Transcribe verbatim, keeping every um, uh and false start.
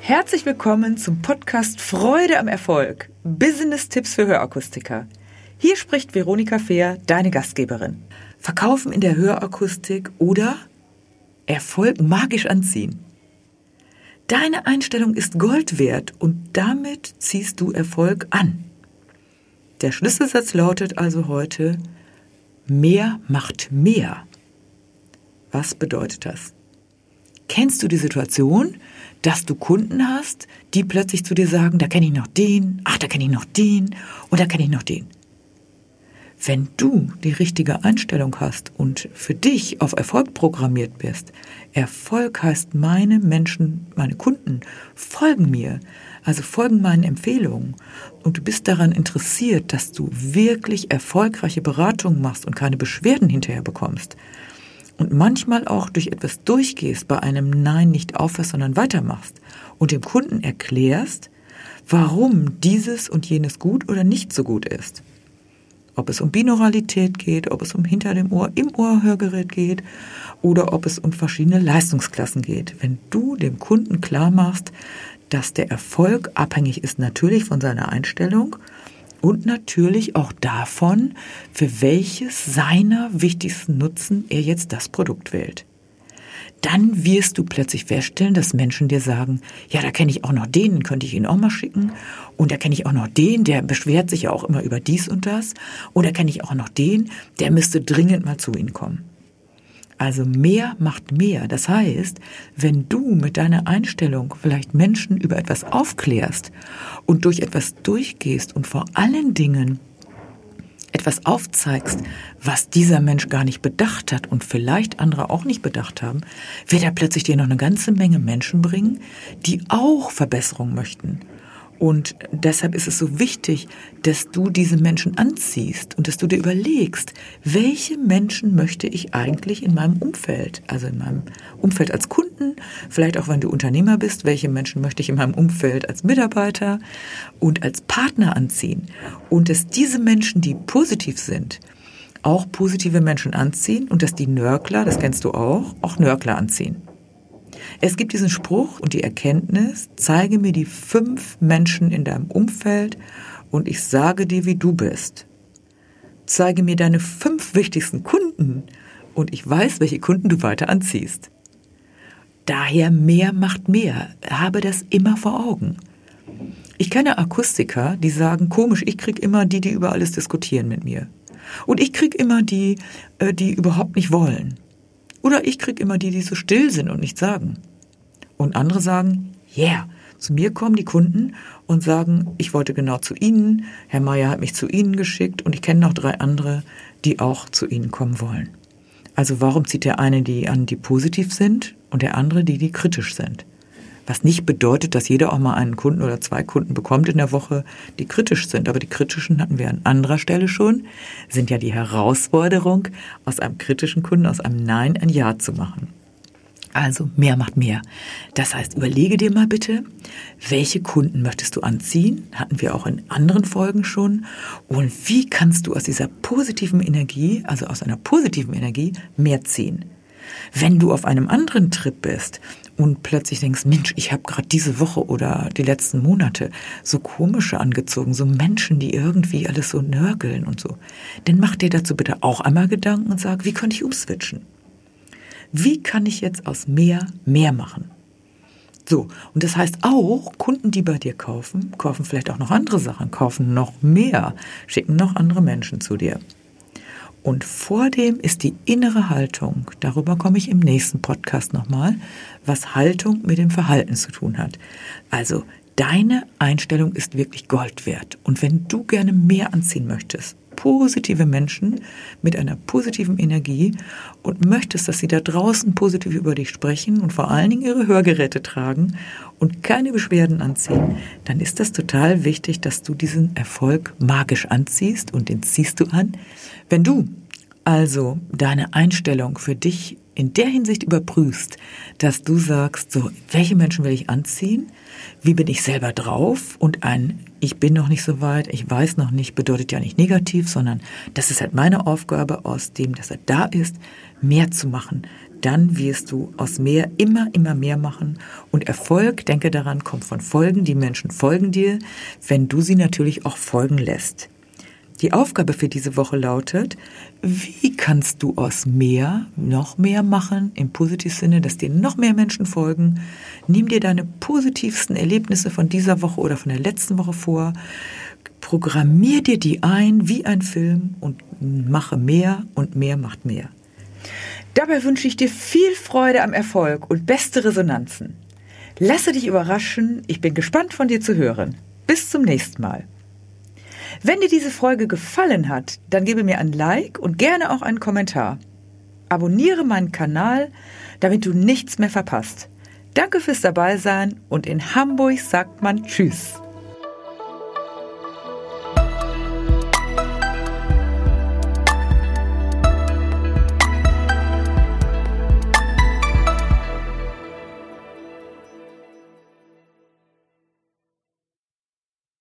Herzlich willkommen zum Podcast Freude am Erfolg. Business-Tipps für Hörakustiker. Hier spricht Veronika Fehr, deine Gastgeberin. Verkaufen in der Hörakustik oder Erfolg magisch anziehen. Deine Einstellung ist Gold wert und damit ziehst du Erfolg an. Der Schlüsselsatz lautet also heute: Mehr macht mehr. Was bedeutet das? Kennst du die Situation, dass du Kunden hast, die plötzlich zu dir sagen, da kenne ich noch den, ach, da kenne ich noch den und da kenne ich noch den. Wenn du die richtige Einstellung hast und für dich auf Erfolg programmiert bist, Erfolg heißt, meine Menschen, meine Kunden folgen mir, also folgen meinen Empfehlungen, und du bist daran interessiert, dass du wirklich erfolgreiche Beratungen machst und keine Beschwerden hinterher bekommst und manchmal auch durch etwas durchgehst, bei einem Nein nicht aufhörst, sondern weitermachst und dem Kunden erklärst, warum dieses und jenes gut oder nicht so gut ist. Ob es um Binauralität geht, ob es um hinter dem Ohr, im Ohr-Hörgerät geht oder ob es um verschiedene Leistungsklassen geht. Wenn du dem Kunden klar machst, dass der Erfolg abhängig ist natürlich von seiner Einstellung und natürlich auch davon, für welches seiner wichtigsten Nutzen er jetzt das Produkt wählt. Dann wirst du plötzlich feststellen, dass Menschen dir sagen, ja, da kenne ich auch noch den, den könnte ich Ihnen auch mal schicken. Und da kenne ich auch noch den, der beschwert sich ja auch immer über dies und das. Oder kenne ich auch noch den, der müsste dringend mal zu Ihnen kommen. Also mehr macht mehr. Das heißt, wenn du mit deiner Einstellung vielleicht Menschen über etwas aufklärst und durch etwas durchgehst und vor allen Dingen etwas aufzeigst, was dieser Mensch gar nicht bedacht hat und vielleicht andere auch nicht bedacht haben, wird er plötzlich dir noch eine ganze Menge Menschen bringen, die auch Verbesserungen möchten. Und deshalb ist es so wichtig, dass du diese Menschen anziehst und dass du dir überlegst, welche Menschen möchte ich eigentlich in meinem Umfeld, also in meinem Umfeld als Kunden, vielleicht auch wenn du Unternehmer bist, welche Menschen möchte ich in meinem Umfeld als Mitarbeiter und als Partner anziehen. Und dass diese Menschen, die positiv sind, auch positive Menschen anziehen und dass die Nörgler, das kennst du auch, auch Nörgler anziehen. Es gibt diesen Spruch und die Erkenntnis: Zeige mir die fünf Menschen in deinem Umfeld und ich sage dir, wie du bist. Zeige mir deine fünf wichtigsten Kunden und ich weiß, welche Kunden du weiter anziehst. Daher mehr macht mehr. Habe das immer vor Augen. Ich kenne Akustiker, die sagen, komisch, ich kriege immer die, die über alles diskutieren mit mir. Und ich kriege immer die, die überhaupt nicht wollen. Oder ich kriege immer die, die so still sind und nichts sagen. Und andere sagen, yeah, zu mir kommen die Kunden und sagen, ich wollte genau zu Ihnen, Herr Meier hat mich zu Ihnen geschickt und ich kenne noch drei andere, die auch zu Ihnen kommen wollen. Also warum zieht der eine die an, die positiv sind und der andere die, die kritisch sind? Was nicht bedeutet, dass jeder auch mal einen Kunden oder zwei Kunden bekommt in der Woche, die kritisch sind. Aber die kritischen hatten wir an anderer Stelle schon, sind ja die Herausforderung, aus einem kritischen Kunden, aus einem Nein ein Ja zu machen. Also mehr macht mehr. Das heißt, überlege dir mal bitte, welche Kunden möchtest du anziehen? Hatten wir auch in anderen Folgen schon. Und wie kannst du aus dieser positiven Energie, also aus einer positiven Energie, mehr ziehen? Wenn du auf einem anderen Trip bist und plötzlich denkst, Mensch, ich habe gerade diese Woche oder die letzten Monate so komische angezogen, so Menschen, die irgendwie alles so nörgeln und so, dann mach dir dazu bitte auch einmal Gedanken und sag, wie könnte ich umswitchen? Wie kann ich jetzt aus mehr mehr machen? So, und das heißt auch, Kunden, die bei dir kaufen, kaufen vielleicht auch noch andere Sachen, kaufen noch mehr, schicken noch andere Menschen zu dir. Und vor dem ist die innere Haltung, darüber komme ich im nächsten Podcast nochmal, was Haltung mit dem Verhalten zu tun hat. Also deine Einstellung ist wirklich Gold wert. Und wenn du gerne mehr anziehen möchtest, positive Menschen mit einer positiven Energie und möchtest, dass sie da draußen positiv über dich sprechen und vor allen Dingen ihre Hörgeräte tragen und keine Beschwerden anziehen, dann ist das total wichtig, dass du diesen Erfolg magisch anziehst und den ziehst du an. Wenn du also deine Einstellung für dich in der Hinsicht überprüfst, dass du sagst, so, welche Menschen will ich anziehen? Wie bin ich selber drauf? Und ein Ich bin noch nicht so weit, ich weiß noch nicht, bedeutet ja nicht negativ, sondern das ist halt meine Aufgabe, aus dem, dass er da ist, mehr zu machen. dann wirst du aus mehr immer, immer mehr machen. Und Erfolg, denke daran, kommt von Folgen. Die Menschen folgen dir, wenn du sie natürlich auch folgen lässt. Die Aufgabe für diese Woche lautet, wie kannst du aus mehr noch mehr machen, im positiven Sinne, dass dir noch mehr Menschen folgen. Nimm dir deine positivsten Erlebnisse von dieser Woche oder von der letzten Woche vor. Programmier dir die ein wie ein Film und mache mehr und mehr macht mehr. Dabei wünsche ich dir viel Freude am Erfolg und beste Resonanzen. Lasse dich überraschen, ich bin gespannt von dir zu hören. Bis zum nächsten Mal. Wenn dir diese Folge gefallen hat, dann gebe mir ein Like und gerne auch einen Kommentar. Abonniere meinen Kanal, damit du nichts mehr verpasst. Danke fürs Dabeisein und in Hamburg sagt man Tschüss.